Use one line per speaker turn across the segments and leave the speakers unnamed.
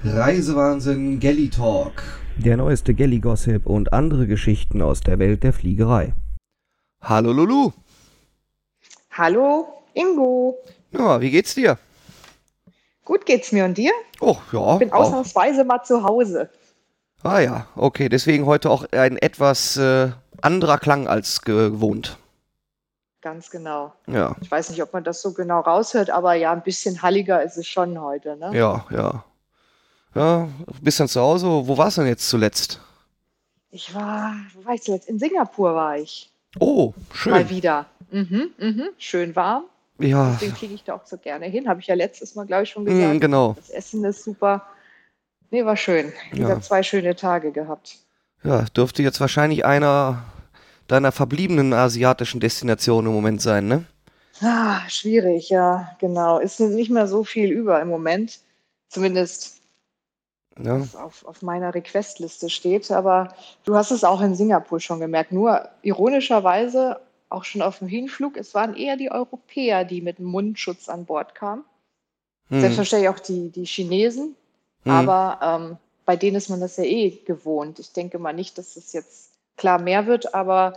Reisewahnsinn Galley Talk.
Der neueste Galley-Gossip und andere Geschichten aus der Welt der Fliegerei.
Hallo Lulu.
Hallo Ingo.
Ja, wie geht's dir?
Gut geht's mir und dir?
Oh, ja.
Bin ausnahmsweise mal zu Hause.
Ah ja, okay. Deswegen heute auch ein etwas anderer Klang als gewohnt.
Ganz genau.
Ja.
Ich weiß nicht, ob man das so genau raushört, aber ja, ein bisschen halliger ist es schon heute, ne?
Ja. Ja, bist dann zu Hause. Wo warst du denn jetzt zuletzt?
Wo war ich zuletzt? In Singapur war ich.
Oh, schön.
Mal wieder. Schön warm.
Ja,
Deswegen fliege ich da auch so gerne hin. Habe ich ja letztes Mal, glaube ich, schon gesagt.
genau.
Das Essen ist super. Nee, war schön. Wieder 2 schöne Tage gehabt.
Ja, dürfte jetzt wahrscheinlich einer deiner verbliebenen asiatischen Destinationen im Moment sein, ne?
Ah, schwierig, ja, genau. Ist nicht mehr so viel über im Moment. Zumindest
Ja.
was auf meiner Requestliste steht. Aber du hast es auch in Singapur schon gemerkt. Nur ironischerweise auch schon auf dem Hinflug, es waren eher die Europäer, die mit Mundschutz an Bord kamen. Selbstverständlich auch die Chinesen. Aber bei denen ist man das ja eh gewohnt. Ich denke mal nicht, dass es jetzt klar mehr wird, aber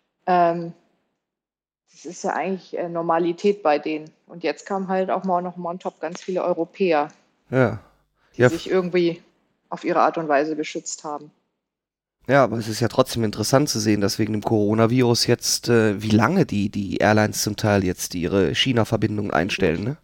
das ist ja eigentlich Normalität bei denen. Und jetzt kamen halt auch mal noch on top ganz viele Europäer,
Ja.
die sich irgendwie auf ihre Art und Weise geschützt haben.
Ja, aber es ist ja trotzdem interessant zu sehen, dass wegen dem Coronavirus jetzt, wie lange die Airlines zum Teil jetzt ihre China-Verbindungen einstellen, ne?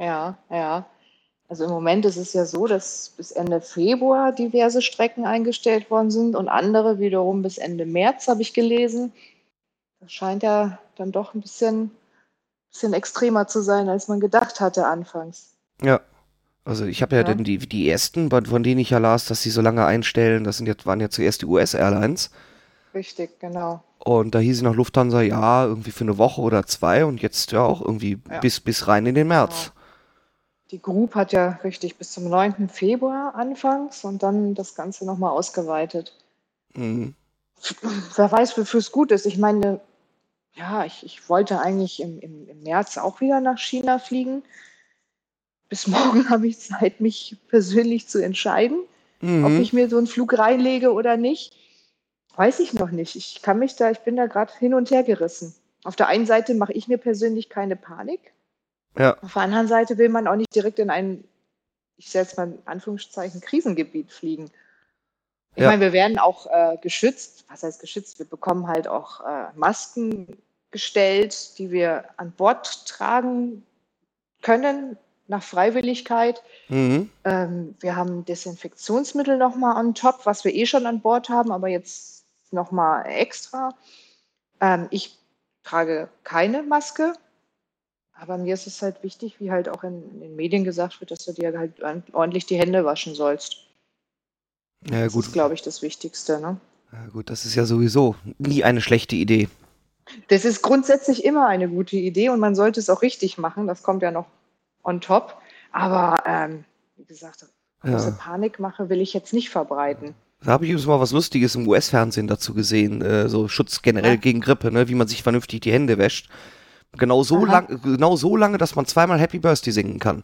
Ja. Also im Moment ist es ja so, dass bis Ende Februar diverse Strecken eingestellt worden sind und andere wiederum bis Ende März, habe ich gelesen. Das scheint ja dann doch ein bisschen extremer zu sein, als man gedacht hatte anfangs.
Ja. Also ich habe ja dann die ersten, von denen ich ja las, dass sie so lange einstellen, waren ja zuerst die US-Airlines.
Richtig, genau.
Und da hieß es nach Lufthansa, ja, irgendwie für eine Woche oder 2 und jetzt ja auch irgendwie bis rein in den März.
Genau. Die Group hat ja richtig bis zum 9. Februar anfangs und dann das Ganze nochmal ausgeweitet.
Mhm.
Wer weiß, wofür es gut ist. Ich meine, ja, ich wollte eigentlich im März auch wieder nach China fliegen. Bis morgen habe ich Zeit, mich persönlich zu entscheiden, ob ich mir so einen Flug reinlege oder nicht. Weiß ich noch nicht. Ich bin da gerade hin und her gerissen. Auf der einen Seite mache ich mir persönlich keine Panik.
Ja.
Auf der anderen Seite will man auch nicht direkt in ein, ich setze mal in Anführungszeichen, Krisengebiet fliegen. Ich meine, wir werden auch geschützt. Was heißt geschützt? Wir bekommen halt auch Masken gestellt, die wir an Bord tragen können, nach Freiwilligkeit. Wir haben Desinfektionsmittel nochmal on top, was wir eh schon an Bord haben, aber jetzt nochmal extra. Ich trage keine Maske. Aber mir ist es halt wichtig, wie halt auch in den Medien gesagt wird, dass du dir halt ordentlich die Hände waschen sollst.
Ja,
Das
gut.
ist, glaube ich, das Wichtigste, ne?
Ja, gut, das ist ja sowieso nie eine schlechte Idee.
Das ist grundsätzlich immer eine gute Idee und man sollte es auch richtig machen. Das kommt ja noch on top. Aber wie gesagt, große Panikmache will ich jetzt nicht verbreiten.
Da habe ich übrigens mal was Lustiges im US-Fernsehen dazu gesehen, so Schutz generell gegen Grippe, ne, wie man sich vernünftig die Hände wäscht. Genau so lange, dass man zweimal Happy Birthday singen kann.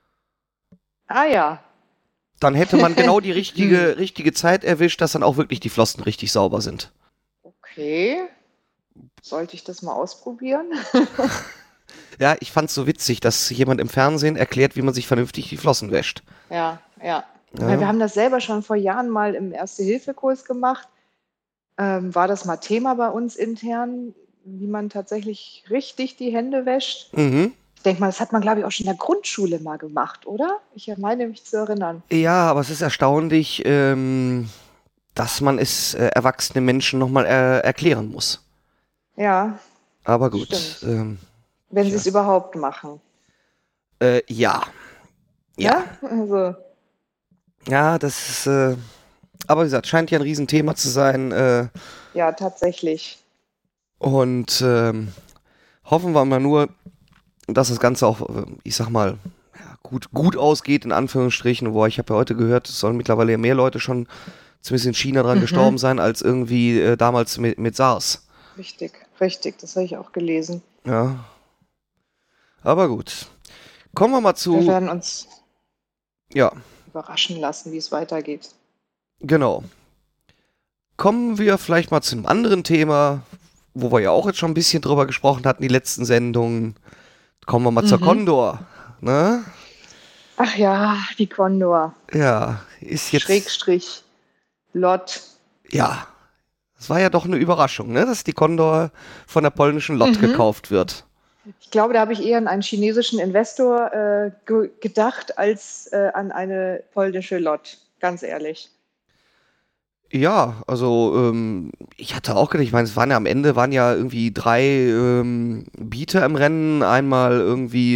Ah ja.
Dann hätte man genau die richtige Zeit erwischt, dass dann auch wirklich die Flossen richtig sauber sind.
Okay. Sollte ich das mal ausprobieren?
Ja, ich fand's so witzig, dass jemand im Fernsehen erklärt, wie man sich vernünftig die Flossen wäscht.
Ja. Weil wir haben das selber schon vor Jahren mal im Erste-Hilfe-Kurs gemacht. War das mal Thema bei uns intern, wie man tatsächlich richtig die Hände wäscht? Ich denke mal, das hat man, glaube ich, auch schon in der Grundschule mal gemacht, oder? Ich meine mich zu erinnern.
Ja, aber es ist erstaunlich, dass man es erwachsene Menschen nochmal erklären muss.
Ja.
Aber gut.
Wenn sie es überhaupt machen.
Ja.
Also.
Ja, das ist, aber wie gesagt, scheint ja ein Riesenthema zu sein.
Ja, tatsächlich.
Und hoffen wir mal nur, dass das Ganze auch, ich sag mal, gut ausgeht, in Anführungsstrichen. Wobei ich habe ja heute gehört, es sollen mittlerweile ja mehr Leute schon zumindest in China dran gestorben sein, als irgendwie damals mit SARS.
Richtig, das habe ich auch gelesen.
Ja. Aber gut. Kommen wir mal zu...
Wir werden uns...
Ja,
überraschen lassen, wie es weitergeht.
Genau. Kommen wir vielleicht mal zu einem anderen Thema, wo wir ja auch jetzt schon ein bisschen drüber gesprochen hatten, die letzten Sendungen. Kommen wir mal zur Condor, ne?
Ach ja, die Condor.
Ja, ist jetzt...
Schrägstrich LOT.
Ja, das war ja doch eine Überraschung, ne? Dass die Condor von der polnischen LOT gekauft wird.
Ich glaube, da habe ich eher an einen chinesischen Investor gedacht, als an eine polnische LOT, ganz ehrlich.
Ja, also ich hatte auch gedacht, ich meine, es waren ja am Ende irgendwie 3 Bieter im Rennen. Einmal irgendwie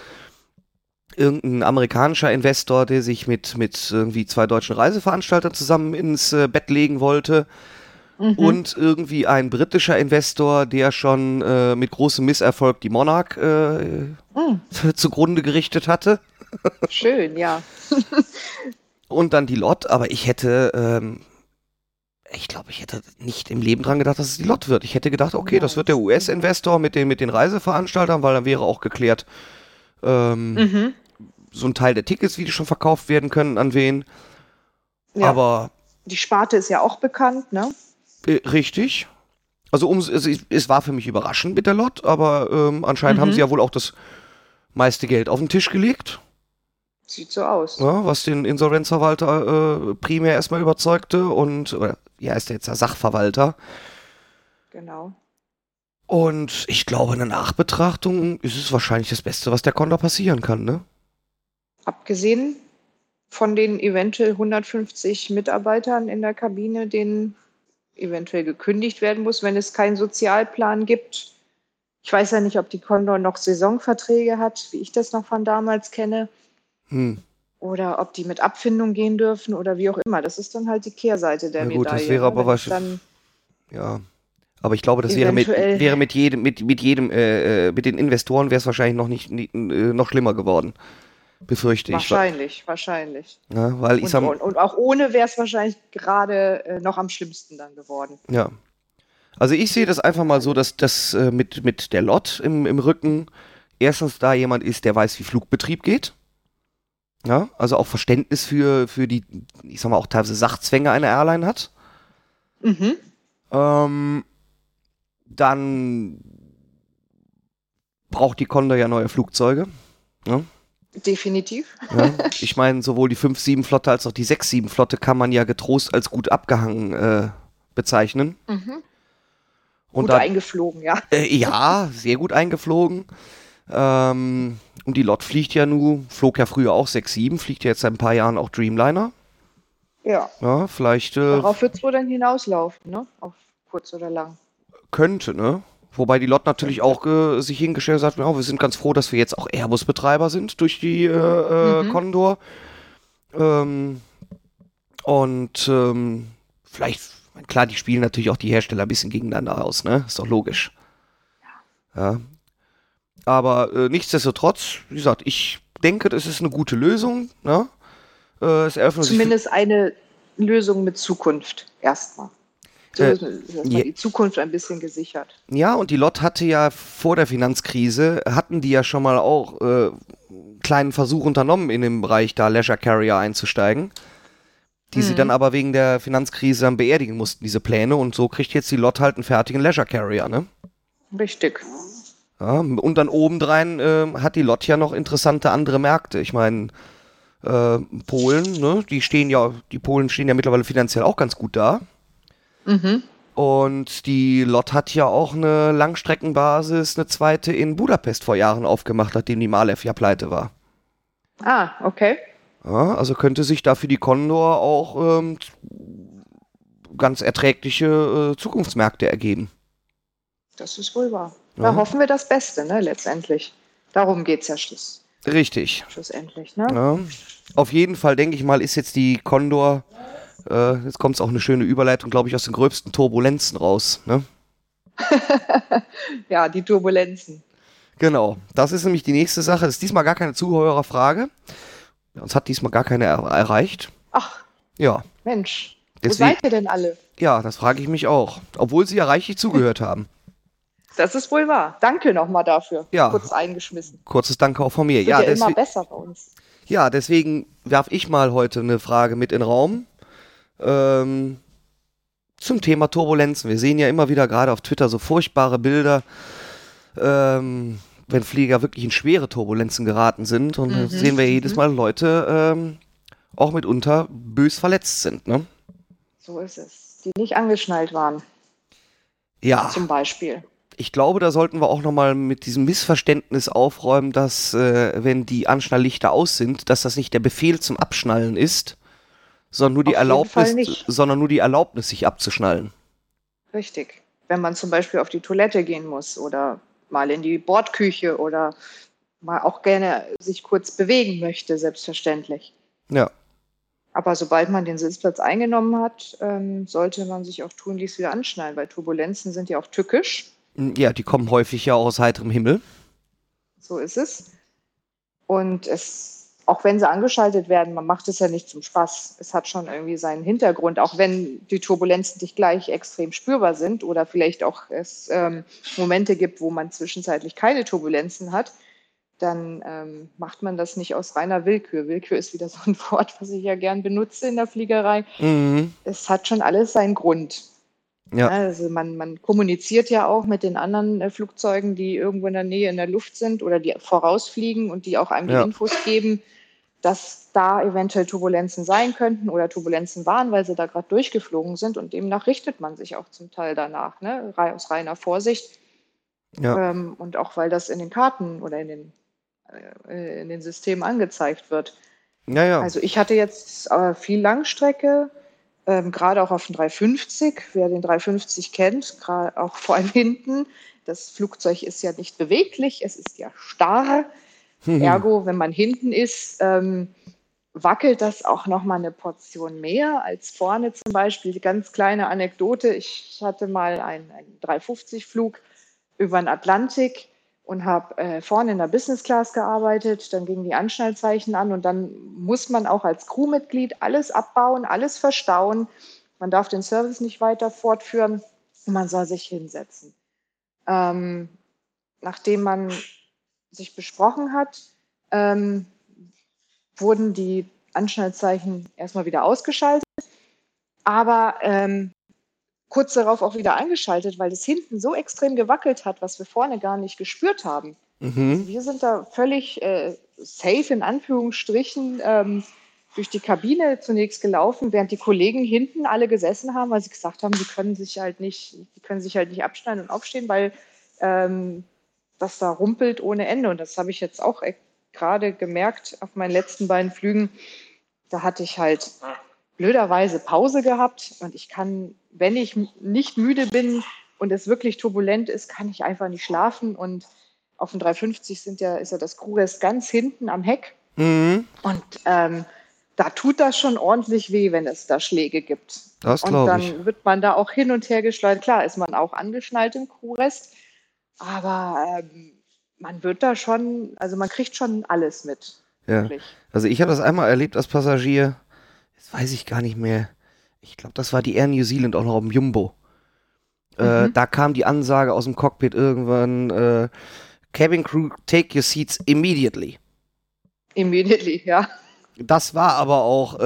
irgendein amerikanischer Investor, der sich mit irgendwie 2 deutschen Reiseveranstaltern zusammen ins Bett legen wollte. Und irgendwie ein britischer Investor, der schon mit großem Misserfolg die Monarch zugrunde gerichtet hatte.
Schön, ja.
Und dann die LOT, aber ich glaube, ich hätte nicht im Leben dran gedacht, dass es die LOT wird. Ich hätte gedacht, okay, das wird der US-Investor mit den Reiseveranstaltern, weil dann wäre auch geklärt, so ein Teil der Tickets, wie die schon verkauft werden können, an wen.
Ja.
Aber
die Sparte ist ja auch bekannt, ne?
Richtig. Also es war für mich überraschend mit der LOT, aber anscheinend haben sie ja wohl auch das meiste Geld auf den Tisch gelegt.
Sieht so aus.
Ja, was den Insolvenzverwalter primär erstmal überzeugte oder wie heißt der jetzt, der Sachverwalter.
Genau.
Und ich glaube, in der Nachbetrachtung ist es wahrscheinlich das Beste, was der Condor passieren kann, ne?
Abgesehen von den eventuell 150 Mitarbeitern in der Kabine, denen eventuell gekündigt werden muss, wenn es keinen Sozialplan gibt. Ich weiß ja nicht, ob die Condor noch Saisonverträge hat, wie ich das noch von damals kenne. Oder ob die mit Abfindung gehen dürfen oder wie auch immer. Das ist dann halt die Kehrseite der Medaille.
Das wäre aber wahrscheinlich. Ja. Aber ich glaube, das wäre mit den Investoren wäre es wahrscheinlich noch schlimmer geworden. Befürchte ich.
Wahrscheinlich.
Ja, weil
und auch ohne wäre es wahrscheinlich gerade noch am schlimmsten dann geworden.
Ja. Also ich sehe das einfach mal so, dass das mit der LOT im Rücken erstens da jemand ist, der weiß, wie Flugbetrieb geht. Ja, also auch Verständnis für die, ich sag mal, auch teilweise Sachzwänge einer Airline hat. Dann braucht die Condor ja neue Flugzeuge. Ja?
Definitiv.
Ja, ich meine, sowohl die 5-7-Flotte als auch die 6-7-Flotte kann man ja getrost als gut abgehangen bezeichnen.
Gut eingeflogen, ja.
Ja, sehr gut eingeflogen. Und die LOT flog ja früher auch 6-7, fliegt ja jetzt seit ein paar Jahren auch Dreamliner.
Ja.
Ja, vielleicht.
Darauf wird es wohl dann hinauslaufen, ne? Auf kurz oder lang.
Könnte, ne? Wobei die LOT natürlich auch sich hingestellt hat, ja, wir sind ganz froh, dass wir jetzt auch Airbus-Betreiber sind durch die Condor. Vielleicht, klar, die spielen natürlich auch die Hersteller ein bisschen gegeneinander aus, ne? Ist doch logisch. Ja. Aber nichtsdestotrotz, wie gesagt, ich denke, das ist eine gute Lösung, ne? Es eröffnet
zumindest eine Lösung mit Zukunft erstmal. So ist die Zukunft ein bisschen gesichert.
Ja, und die LOT hatte ja vor der Finanzkrise, hatten die ja schon mal auch einen kleinen Versuch unternommen, in dem Bereich da Leisure Carrier einzusteigen, die sie dann aber wegen der Finanzkrise dann beerdigen mussten, diese Pläne, und so kriegt jetzt die LOT halt einen fertigen Leisure Carrier, ne?
Richtig.
Ja, und dann obendrein hat die LOT ja noch interessante andere Märkte. Ich meine, Polen, ne, die Polen stehen ja mittlerweile finanziell auch ganz gut da. Und die LOT hat ja auch eine Langstreckenbasis, eine zweite in Budapest vor Jahren aufgemacht, nachdem die Malev ja pleite war.
Ah, okay.
Ja, also könnte sich da für die Condor auch ganz erträgliche Zukunftsmärkte ergeben.
Das ist wohl wahr. Da hoffen wir das Beste, ne, letztendlich. Darum geht es ja
Richtig.
Schlussendlich, ne?
Ja. Auf jeden Fall, denke ich mal, ist jetzt die Condor, jetzt kommt es auch eine schöne Überleitung, glaube ich, aus den gröbsten Turbulenzen raus, ne?
Ja, die Turbulenzen.
Genau, das ist nämlich die nächste Sache. Das ist diesmal gar keine Zuhörerfrage. Uns hat diesmal gar keine erreicht.
Ach,
ja.
Mensch,
deswegen,
wo seid ihr denn alle?
Ja, das frage ich mich auch. Obwohl sie ja reichlich zugehört haben.
Das ist wohl wahr. Danke nochmal dafür.
Ja.
Kurz eingeschmissen.
Kurzes Danke auch von mir.
Wird ja immer besser bei uns.
Ja, deswegen werfe ich mal heute eine Frage mit in den Raum. Zum Thema Turbulenzen. Wir sehen ja immer wieder gerade auf Twitter so furchtbare Bilder, wenn Flieger wirklich in schwere Turbulenzen geraten sind. Und dann sehen wir jedes Mal Leute auch mitunter bös verletzt sind. Ne?
So ist es. Die nicht angeschnallt waren,
Ja,
zum Beispiel.
ich glaube, da sollten wir auch nochmal mit diesem Missverständnis aufräumen, dass wenn die Anschnalllichter aus sind, dass das nicht der Befehl zum Abschnallen ist, sondern nur die
Auf jeden Fall
Erlaubnis,
nicht.
sich abzuschnallen.
Richtig. Wenn man zum Beispiel auf die Toilette gehen muss oder mal in die Bordküche oder mal auch gerne sich kurz bewegen möchte, selbstverständlich.
Ja.
Aber sobald man den Sitzplatz eingenommen hat, sollte man sich auch tunlichst wieder anschnallen, weil Turbulenzen sind ja auch tückisch.
Ja, die kommen häufig ja aus heiterem Himmel.
So ist es. Und auch wenn sie angeschaltet werden, man macht es ja nicht zum Spaß. Es hat schon irgendwie seinen Hintergrund, auch wenn die Turbulenzen nicht gleich extrem spürbar sind oder vielleicht auch es Momente gibt, wo man zwischenzeitlich keine Turbulenzen hat, dann macht man das nicht aus reiner Willkür. Willkür ist wieder so ein Wort, was ich ja gern benutze in der Fliegerei. Es hat schon alles seinen Grund.
Ja.
Also man kommuniziert ja auch mit den anderen Flugzeugen, die irgendwo in der Nähe in der Luft sind oder die vorausfliegen und die auch einem die Infos geben, dass da eventuell Turbulenzen sein könnten oder Turbulenzen waren, weil sie da gerade durchgeflogen sind. Und demnach richtet man sich auch zum Teil danach, ne? Aus reiner Vorsicht.
Ja.
Und auch weil das in den Karten oder in den Systemen angezeigt wird.
Ja.
Also ich hatte jetzt viel Langstrecke, gerade auch auf dem 350. Wer den 350 kennt, gerade auch vor allem hinten. Das Flugzeug ist ja nicht beweglich, es ist ja starr. Ergo, wenn man hinten ist, wackelt das auch noch mal eine Portion mehr als vorne zum Beispiel. Die ganz kleine Anekdote, ich hatte mal einen 350-Flug über den Atlantik und habe vorne in der Business Class gearbeitet. Dann gingen die Anschnallzeichen an und dann muss man auch als Crewmitglied alles abbauen, alles verstauen. Man darf den Service nicht weiter fortführen und man soll sich hinsetzen. Nachdem man sich besprochen hat, wurden die Anschnallzeichen erstmal wieder ausgeschaltet, aber kurz darauf auch wieder eingeschaltet, weil es hinten so extrem gewackelt hat, was wir vorne gar nicht gespürt haben. Also wir sind da völlig safe in Anführungsstrichen durch die Kabine zunächst gelaufen, während die Kollegen hinten alle gesessen haben, weil sie gesagt haben, die können sich halt nicht abschneiden und aufstehen, weil das da rumpelt ohne Ende. Und das habe ich jetzt auch gerade gemerkt auf meinen letzten beiden Flügen. Da hatte ich halt blöderweise Pause gehabt und ich kann, wenn ich nicht müde bin und es wirklich turbulent ist, kann ich einfach nicht schlafen. Und auf dem 350 ist ja das Crewrest ganz hinten am Heck. Und da tut das schon ordentlich weh, wenn es da Schläge gibt.
Das
Und
glaube ich.
dann wird man da auch hin und her geschleudert. Klar ist man auch angeschnallt im Crewrest, aber man wird da schon, also man kriegt schon alles mit.
Ja.
Wirklich.
Also ich habe das einmal erlebt als Passagier, jetzt weiß ich gar nicht mehr. Ich glaube, das war die Air New Zealand auch noch auf dem Jumbo. Da kam die Ansage aus dem Cockpit irgendwann, Cabin Crew, take your seats immediately.
Immediately, ja.
Das war aber auch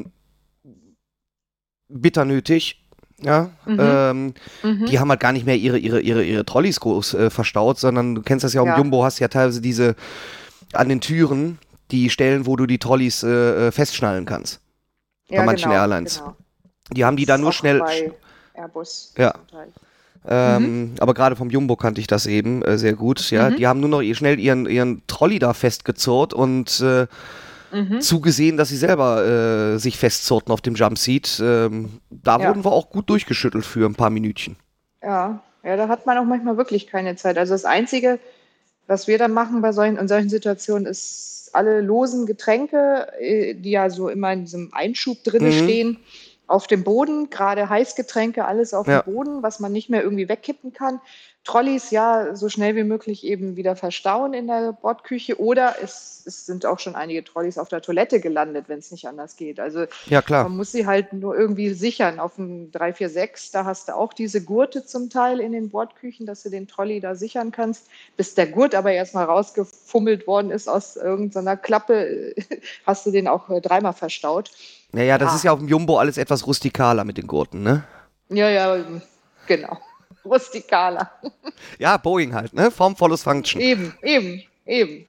bitter nötig. Ja, die haben halt gar nicht mehr ihre Trolleys groß verstaut, sondern du kennst das ja, Jumbo hast ja teilweise diese an den Türen die Stellen, wo du die Trolleys festschnallen kannst. Bei manchen Airlines. Genau. Die haben die dann nur schnell.
Bei Airbus.
Ja. Aber gerade vom Jumbo kannte ich das eben sehr gut. Ja, die haben nur noch schnell ihren Trolley da festgezurrt und zugesehen, dass sie selber sich festzurrten auf dem Jumpseat. Da wurden wir auch gut durchgeschüttelt für ein paar Minütchen.
Ja, da hat man auch manchmal wirklich keine Zeit. Also das Einzige, was wir dann machen in solchen Situationen, ist alle losen Getränke, die ja so immer in diesem Einschub drin stehen, auf dem Boden, gerade Heißgetränke, alles auf
Ja.
dem Boden, was man nicht mehr irgendwie wegkippen kann. Trolleys, ja, so schnell wie möglich eben wieder verstauen in der Bordküche. Oder es sind auch schon einige Trolleys auf der Toilette gelandet, wenn es nicht anders geht. Also
Ja, klar.
man muss sie halt nur irgendwie sichern. Auf dem 346, da hast du auch diese Gurte zum Teil in den Bordküchen, dass du den Trolley da sichern kannst. Bis der Gurt aber erstmal rausgefummelt worden ist aus irgendeiner Klappe, hast du den auch dreimal verstaut.
Ja, das
Ja.
ist ja auf dem Jumbo alles etwas rustikaler mit den Gurten, ne?
Ja, genau. Rustikaler.
Ja, Boeing halt, ne? Form follows Function.
Eben.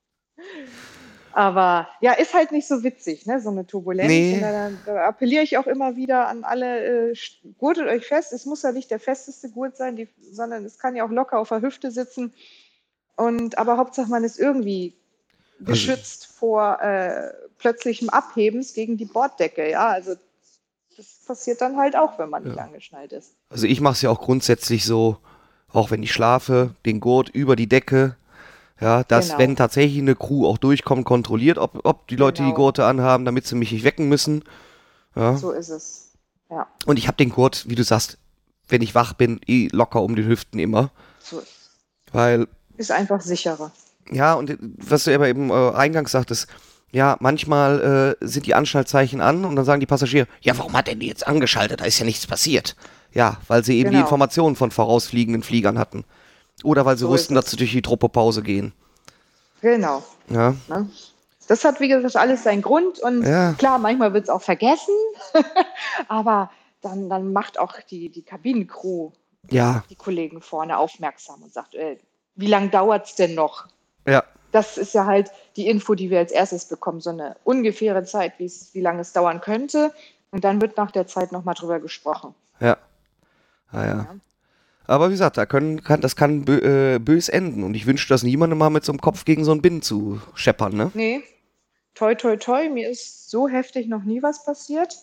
Aber ja, ist halt nicht so witzig, ne, so eine Turbulenz.
Nee.
Und da appelliere ich auch immer wieder an alle, gurtet euch fest. Es muss ja nicht der festeste Gurt sein, sondern es kann ja auch locker auf der Hüfte sitzen. Aber Hauptsache, man ist irgendwie geschützt vor plötzlichem Abhebens gegen die Borddecke. Ja, also das passiert dann halt auch, wenn man nicht angeschnallt ist.
Also ich mache es ja auch grundsätzlich so, auch wenn ich schlafe, den Gurt über die Decke, ja, dass
Genau.
wenn tatsächlich eine Crew auch durchkommt, kontrolliert, ob die Leute die
Genau.
Gurte anhaben, damit sie mich nicht wecken müssen. Ja.
So ist es. Ja,
Und ich habe den Gurt, wie du sagst, wenn ich wach bin, locker um die Hüften immer.
so ist es.
Weil,
Ist einfach sicherer.
ja, und was du aber eben eingangs sagtest, ja, manchmal sind die Anschnallzeichen an und dann sagen die Passagiere, ja, warum hat er die jetzt angeschaltet? Da ist ja nichts passiert. Ja, weil sie eben die
Genau.
Informationen von vorausfliegenden Fliegern hatten. Oder weil sie
So
wussten,
ist es.
dass sie durch die Truppe Pause gehen.
Genau.
Ja,
Ne? Das hat, wie gesagt, alles seinen Grund. Und
Ja.
klar, manchmal wird es auch vergessen. Aber dann macht auch die Kabinencrew
ja,
die Kollegen vorne aufmerksam und sagt, wie lange dauert es denn noch?
ja,
Das ist ja halt die Info, die wir als erstes bekommen, so eine ungefähre Zeit, wie lange es dauern könnte. Und dann wird nach der Zeit nochmal drüber gesprochen.
ja. Ja. Aber wie gesagt, das kann bös enden. Und ich wünsche das niemandem mal mit so einem Kopf gegen so einen Binnen zu scheppern, ne?
Nee, toi, toi, toi, mir ist so heftig noch nie was passiert.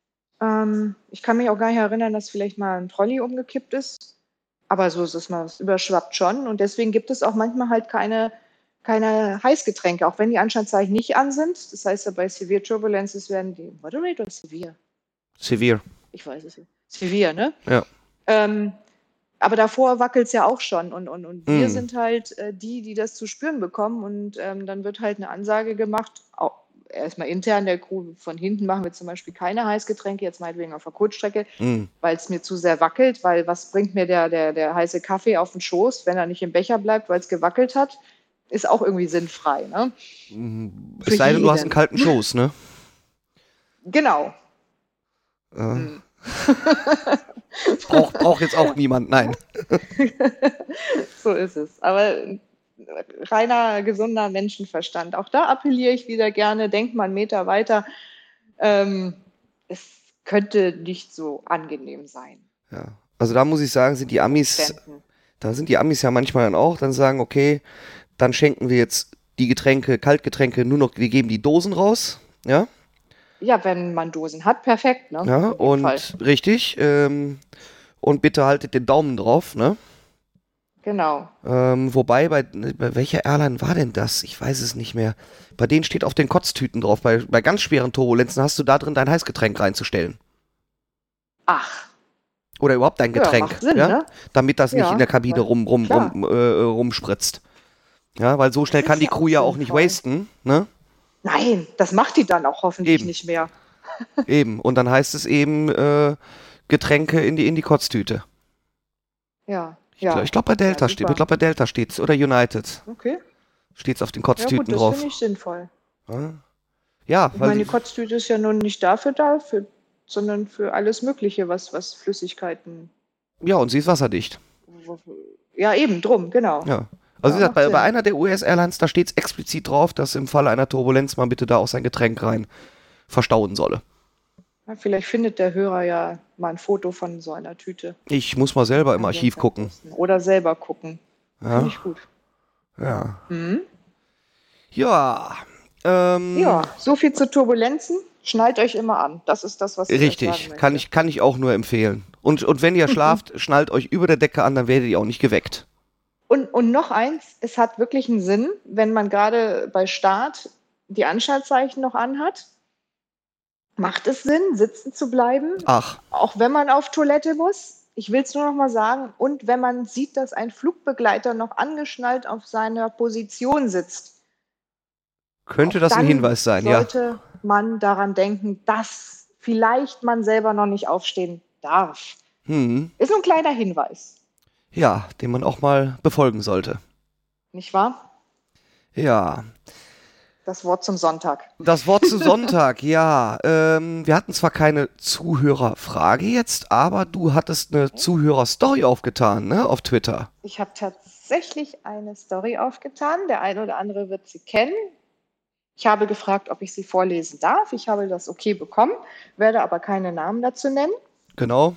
Ich kann mich auch gar nicht erinnern, dass vielleicht mal ein Trolley umgekippt ist. Aber so ist es mal, es überschwappt schon. Und deswegen gibt es auch manchmal halt keine Heißgetränke, auch wenn die Anschnallzeichen nicht an sind. Das heißt ja, bei Severe Turbulences werden die Moderate oder Severe?
Severe.
Ich weiß es nicht. Severe, ne?
Ja.
Aber davor wackelt es ja auch schon. Und wir
Mm.
sind halt die das zu spüren bekommen. Und dann wird halt eine Ansage gemacht, auch erstmal intern der Crew, von hinten machen wir zum Beispiel keine Heißgetränke, jetzt meinetwegen auf der Kurzstrecke, weil es mir zu sehr wackelt, weil was bringt mir der heiße Kaffee auf den Schoß, wenn er nicht im Becher bleibt, weil es gewackelt hat, ist auch irgendwie sinnfrei. Ne?
Es sei denn, du hast einen
jeden.
kalten Schoß, ne?
Genau.
Braucht jetzt auch niemand, nein.
So ist es. Aber reiner, gesunder Menschenverstand. Auch da appelliere ich wieder gerne, denkt mal einen Meter weiter. Es könnte nicht so angenehm sein.
Ja. Also da muss ich sagen, sind die Amis ja manchmal dann auch, dann sagen, okay, dann schenken wir jetzt die Getränke, Kaltgetränke nur noch, wir geben die Dosen raus, ja?
Ja, wenn man Dosen hat, perfekt, ne?
Ja,
Auf jeden Fall.
und richtig, und bitte haltet den Daumen drauf, ne?
Genau.
Wobei, bei welcher Airline war denn das? Ich weiß es nicht mehr. Bei denen steht auf den Kotztüten drauf, bei ganz schweren Turbulenzen hast du da drin dein Heißgetränk reinzustellen.
Ach,
Oder überhaupt dein
Ja,
Getränk,
macht Sinn,
ja?
ne?
Damit das nicht
Ja,
in der Kabine
klar.
rumspritzt. Ja, weil so schnell
ist
kann die
ja
Crew
auch
ja auch nicht
sinnvoll.
wasten, ne?
Nein, das macht die dann auch hoffentlich
Eben.
nicht mehr.
Eben. Und dann heißt es eben Getränke in die Kotztüte.
Ja.
Ich glaube bei Delta
Ja,
steht,
super.
ich glaube bei Delta steht's oder United
Okay.
steht's auf den
Ja
Kotztüten
gut, das
drauf.
finde ich sinnvoll.
Ja,
Ich
weil
meine, die Kotztüte ist ja nun nicht dafür da, sondern für alles Mögliche, was Flüssigkeiten.
ja, und sie ist wasserdicht.
Ja, eben, drum, genau.
Ja. Also wie
Ja,
gesagt,
macht
bei
Sinn.
einer der US-Airlines, da steht's explizit drauf, dass im Falle einer Turbulenz man bitte da auch sein Getränk rein verstauen solle.
Ja, vielleicht findet der Hörer ja mal ein Foto von so einer Tüte.
Ich muss mal selber im Archiv gucken.
Oder selber gucken.
Ja.
Finde ich gut.
Ja.
Mhm.
Ja.
Ja, so viel zu Turbulenzen. Schnallt euch immer an. Das ist das, was ich euch sagen
Richtig,
möchte.
kann ich auch nur empfehlen. Und wenn ihr schlaft, schnallt euch über der Decke an, dann werdet ihr auch nicht geweckt.
Und noch eins, es hat wirklich einen Sinn, wenn man gerade bei Start die Anschaltzeichen noch anhat. macht es Sinn, sitzen zu bleiben,
Ach,
auch wenn man auf Toilette muss? Ich will es nur noch mal sagen. Und wenn man sieht, dass ein Flugbegleiter noch angeschnallt auf seiner Position sitzt,
könnte
auch
das ein
dann
Hinweis sein, ja.
sollte man daran denken, dass vielleicht man selber noch nicht aufstehen darf.
Hm.
Ist ein kleiner Hinweis,
Ja, den man auch mal befolgen sollte.
nicht wahr?
Ja.
Das Wort zum Sonntag.
Das Wort zu Sonntag, ja. Wir hatten zwar keine Zuhörerfrage jetzt, aber du hattest eine Zuhörerstory aufgetan, ne, auf Twitter.
Ich habe tatsächlich eine Story aufgetan. Der eine oder andere wird sie kennen. Ich habe gefragt, ob ich sie vorlesen darf. Ich habe das okay bekommen, werde aber keine Namen dazu nennen.
Genau.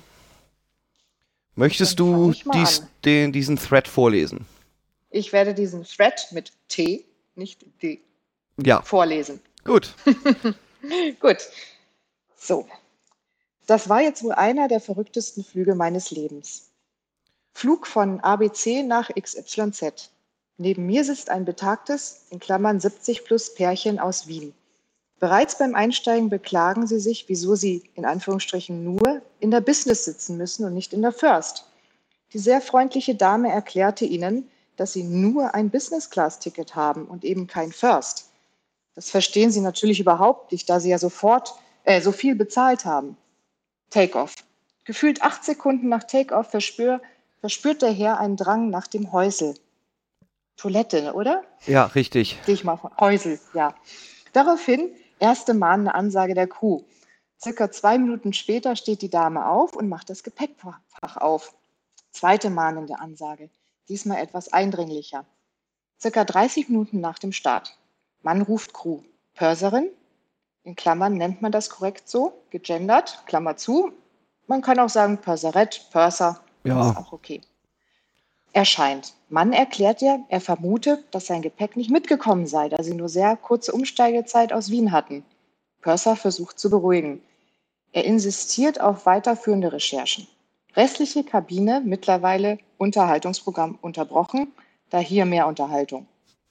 Möchtest
Dann fang
du
ich mal an.
diesen Thread vorlesen?
Ich werde diesen Thread mit T, nicht D,
Ja,
vorlesen.
gut.
Gut. So. Das war jetzt wohl einer der verrücktesten Flüge meines Lebens. Flug von ABC nach XYZ. Neben mir sitzt ein betagtes, in Klammern 70 plus Pärchen aus Wien. Bereits beim Einsteigen beklagen sie sich, wieso sie in Anführungsstrichen nur in der Business sitzen müssen und nicht in der First. Die sehr freundliche Dame erklärte ihnen, dass sie nur ein Business-Class-Ticket haben und eben kein First. Das verstehen sie natürlich überhaupt nicht, da sie ja sofort so viel bezahlt haben. Take-off. Gefühlt 8 Sekunden nach Take-off verspürt der Herr einen Drang nach dem Häusel. Toilette, oder?
Ja, richtig.
Gehe ich mal von Häusel, ja. Daraufhin erste mahnende Ansage der Crew. Circa 2 Minuten später steht die Dame auf und macht das Gepäckfach auf. Zweite mahnende Ansage, diesmal etwas eindringlicher. Circa 30 Minuten nach dem Start. Mann ruft Crew. Purserin, in Klammern nennt man das korrekt so, gegendert, Klammer zu. Man kann auch sagen Purserett, Purser,
Ja.
ist auch okay. Erscheint. Mann erklärt ja, er vermute, dass sein Gepäck nicht mitgekommen sei, da sie nur sehr kurze Umsteigezeit aus Wien hatten. Purser versucht zu beruhigen. Er insistiert auf weiterführende Recherchen. Restliche Kabine mittlerweile Unterhaltungsprogramm unterbrochen, da hier mehr Unterhaltung.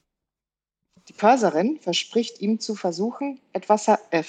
Die Purserin verspricht ihm zu versuchen, etwas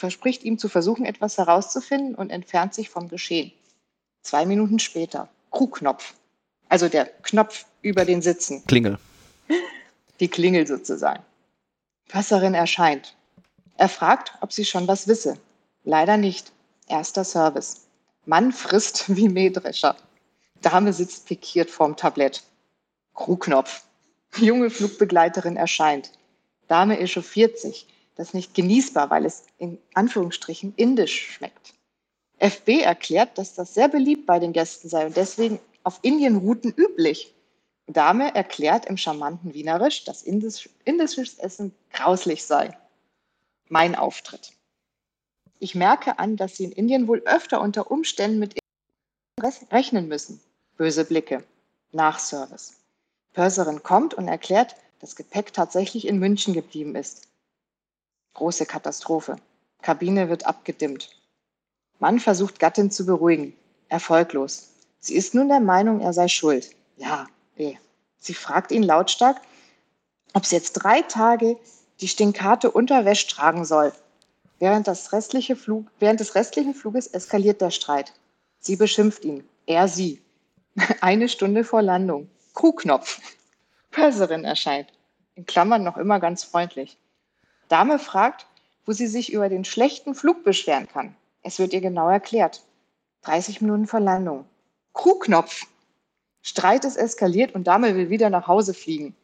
herauszufinden und entfernt sich vom Geschehen. 2 Minuten später. Crewknopf. Also der Knopf über den Sitzen.
Klingel.
Die Klingel sozusagen. Purserin erscheint. Er fragt, ob sie schon was wisse. Leider nicht. Erster Service. Mann frisst wie Mähdrescher. Dame sitzt pikiert vorm Tablett. Crewknopf. Junge Flugbegleiterin erscheint. Dame echauffiert sich. Das ist nicht genießbar, weil es in Anführungsstrichen indisch schmeckt. FB erklärt, dass das sehr beliebt bei den Gästen sei und deswegen auf Indienrouten üblich. Dame erklärt im charmanten Wienerisch, dass indisches Essen grauslich sei. Mein Auftritt. Ich merke an, dass Sie in Indien wohl öfter unter Umständen mit rechnen müssen. Böse Blicke. Nachservice. Purserin kommt und erklärt, dass Gepäck tatsächlich in München geblieben ist. Große Katastrophe. Kabine wird abgedimmt. Mann versucht, Gattin zu beruhigen. Erfolglos. Sie ist nun der Meinung, er sei schuld. Ja, Sie fragt ihn lautstark, ob sie jetzt 3 Tage die stinkate Unterwäsche tragen soll. Während des restlichen Fluges eskaliert der Streit. Sie beschimpft ihn. Er sie. 1 Stunde vor Landung. Crewknopf. Purserin erscheint. In Klammern noch immer ganz freundlich. Dame fragt, wo sie sich über den schlechten Flug beschweren kann. Es wird ihr genau erklärt. 30 Minuten vor Landung. Crewknopf. Streit ist eskaliert und Dame will wieder nach Hause fliegen.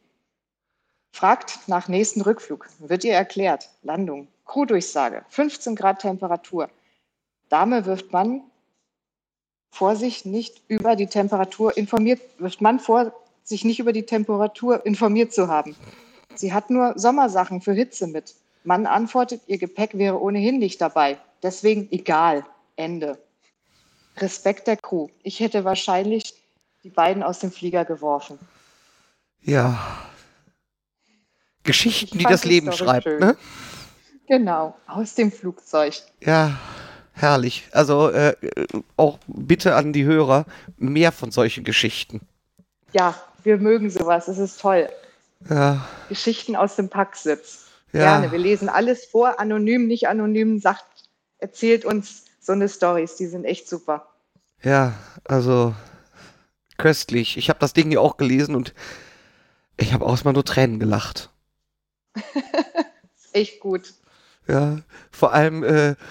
Fragt nach nächsten Rückflug. Wird ihr erklärt. Landung. Crewdurchsage. 15 Grad Temperatur. Dame wirft Mann vor, sich nicht über die Temperatur informiert zu haben. Sie hat nur Sommersachen für Hitze mit. Mann antwortet, ihr Gepäck wäre ohnehin nicht dabei. Deswegen egal. Ende. Respekt der Crew. Ich hätte wahrscheinlich die beiden aus dem Flieger geworfen.
Ja. Geschichten,
Ich
die
fand
das
die
Leben
Story
schreibt,
schön.
ne?
Genau, aus dem Flugzeug.
Ja, herrlich. Also auch bitte an die Hörer mehr von solchen Geschichten.
Ja, wir mögen sowas. Es ist toll.
Ja,
Geschichten aus dem Packsitz.
ja.
Gerne. Wir lesen alles vor. Anonym, nicht anonym. Sagt erzählt uns so eine Storys, die sind echt super.
Ja, also köstlich. Ich habe das Ding ja auch gelesen und ich habe auch erstmal nur Tränen gelacht.
Echt gut.
Ja, vor allem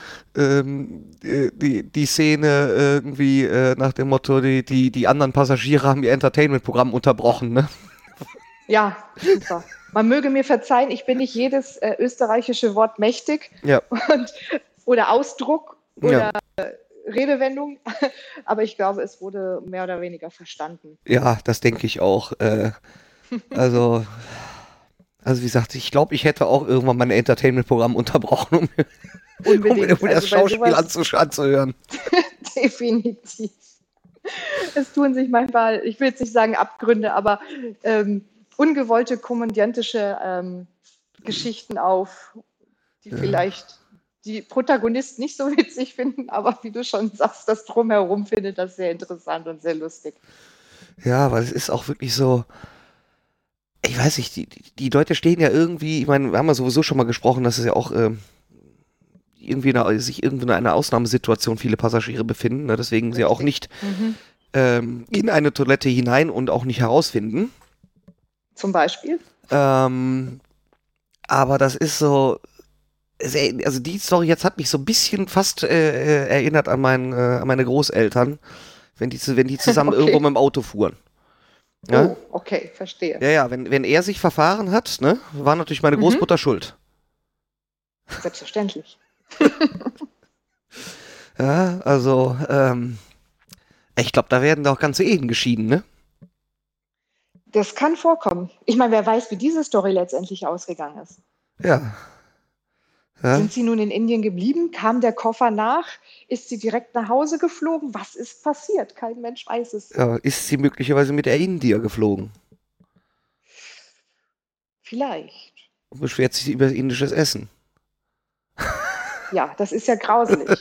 die Szene irgendwie nach dem Motto, die anderen Passagiere haben ihr Entertainment-Programm unterbrochen, ne?
Ja, super. Man möge mir verzeihen, ich bin nicht jedes österreichische Wort mächtig
Ja,
oder Ausdruck
ja,
oder Redewendung, aber ich glaube, es wurde mehr oder weniger verstanden.
ja, das denke ich auch. Also, also wie gesagt, ich glaube, ich hätte auch irgendwann mein Entertainment-Programm unterbrochen, um
Unbedingt.
mir das
Also bei
Schauspiel
sowas
anzuhören.
definitiv. Es tun sich manchmal, ich will jetzt nicht sagen Abgründe, aber ungewollte komödiantische Geschichten auf, die vielleicht die Protagonisten nicht so witzig finden, aber wie du schon sagst, das Drumherum findet das sehr interessant und sehr lustig.
Ja, weil es ist auch wirklich so, ich weiß nicht, die Leute stehen ja irgendwie, ich meine, wir haben ja sowieso schon mal gesprochen, dass es ja auch sich irgendwie in einer Ausnahmesituation viele Passagiere befinden, ne? Deswegen sie auch nicht
Mhm.
in eine Toilette hinein und auch nicht herausfinden.
Zum Beispiel.
Aber das ist so, also die Story jetzt hat mich so ein bisschen fast erinnert an meine Großeltern, wenn die zusammen
Okay.
irgendwo mit dem Auto fuhren. Ja,
Oh, okay, verstehe.
ja, wenn er sich verfahren hat, ne, war natürlich meine
Mhm.
Großmutter schuld.
Selbstverständlich.
Ja, also, ich glaube, da werden doch ganze Ehen geschieden, ne?
Das kann vorkommen. Ich meine, wer weiß, wie diese Story letztendlich ausgegangen ist.
Ja. Ja,
Sind sie nun in Indien geblieben? Kam der Koffer nach? Ist sie direkt nach Hause geflogen? Was ist passiert? Kein Mensch weiß es.
ja, ist sie möglicherweise mit Air India geflogen
Vielleicht.
und beschwert sich über indisches Essen.
Ja, das ist ja grauselig.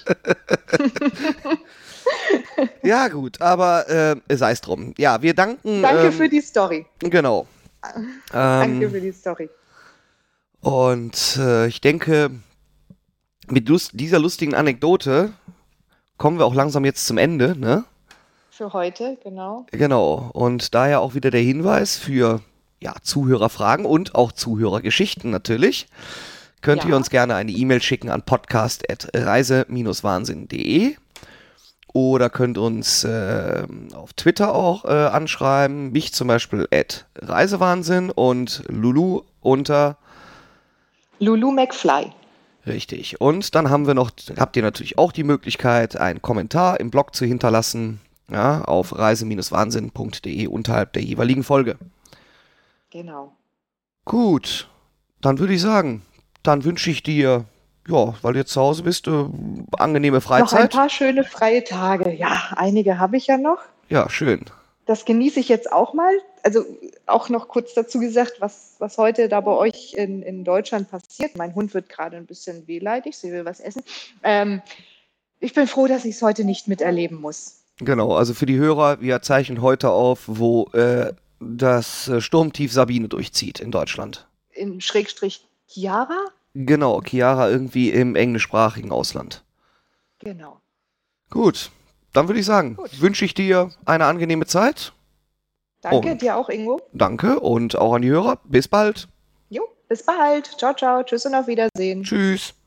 Ja, gut, aber sei es drum. Ja, wir danken.
Danke für die Story.
Genau.
Danke für die Story.
Und ich denke, mit dieser lustigen Anekdote kommen wir auch langsam jetzt zum Ende, ne?
Für heute, genau.
Genau. Und daher auch wieder der Hinweis für ja, Zuhörerfragen und auch Zuhörergeschichten natürlich. Könnt ihr
Ja.
uns gerne eine E-Mail schicken an podcast@reise-wahnsinn.de oder könnt uns auf Twitter auch anschreiben. Mich zum Beispiel @reisewahnsinn und Lulu unter
Lulu McFly.
richtig. Und dann habt ihr natürlich auch die Möglichkeit, einen Kommentar im Blog zu hinterlassen, ja, auf reise-wahnsinn.de unterhalb der jeweiligen Folge.
Genau.
Gut, dann würde ich sagen, dann wünsche ich dir, ja, weil du jetzt zu Hause bist, angenehme
Noch ein
Freizeit.
paar schöne freie Tage. Ja, einige habe ich ja noch.
Ja, schön.
Das genieße ich jetzt auch mal. Also auch noch kurz dazu gesagt, was heute da bei euch in Deutschland passiert. Mein Hund wird gerade ein bisschen wehleidig, sie will was essen. Ich bin froh, dass ich es heute nicht miterleben muss.
Genau, also für die Hörer, wir zeichnen heute auf, wo das Sturmtief Sabine durchzieht in Deutschland.
In Schrägstrich Chiara?
Genau, Chiara irgendwie im englischsprachigen Ausland.
Genau.
Gut, dann würde ich sagen,
Gut.
wünsche ich dir eine angenehme Zeit.
Danke,
Und
dir auch, Ingo.
danke und auch an die Hörer. Bis bald.
Jo, bis bald. Ciao, ciao. Tschüss und auf Wiedersehen.
Tschüss.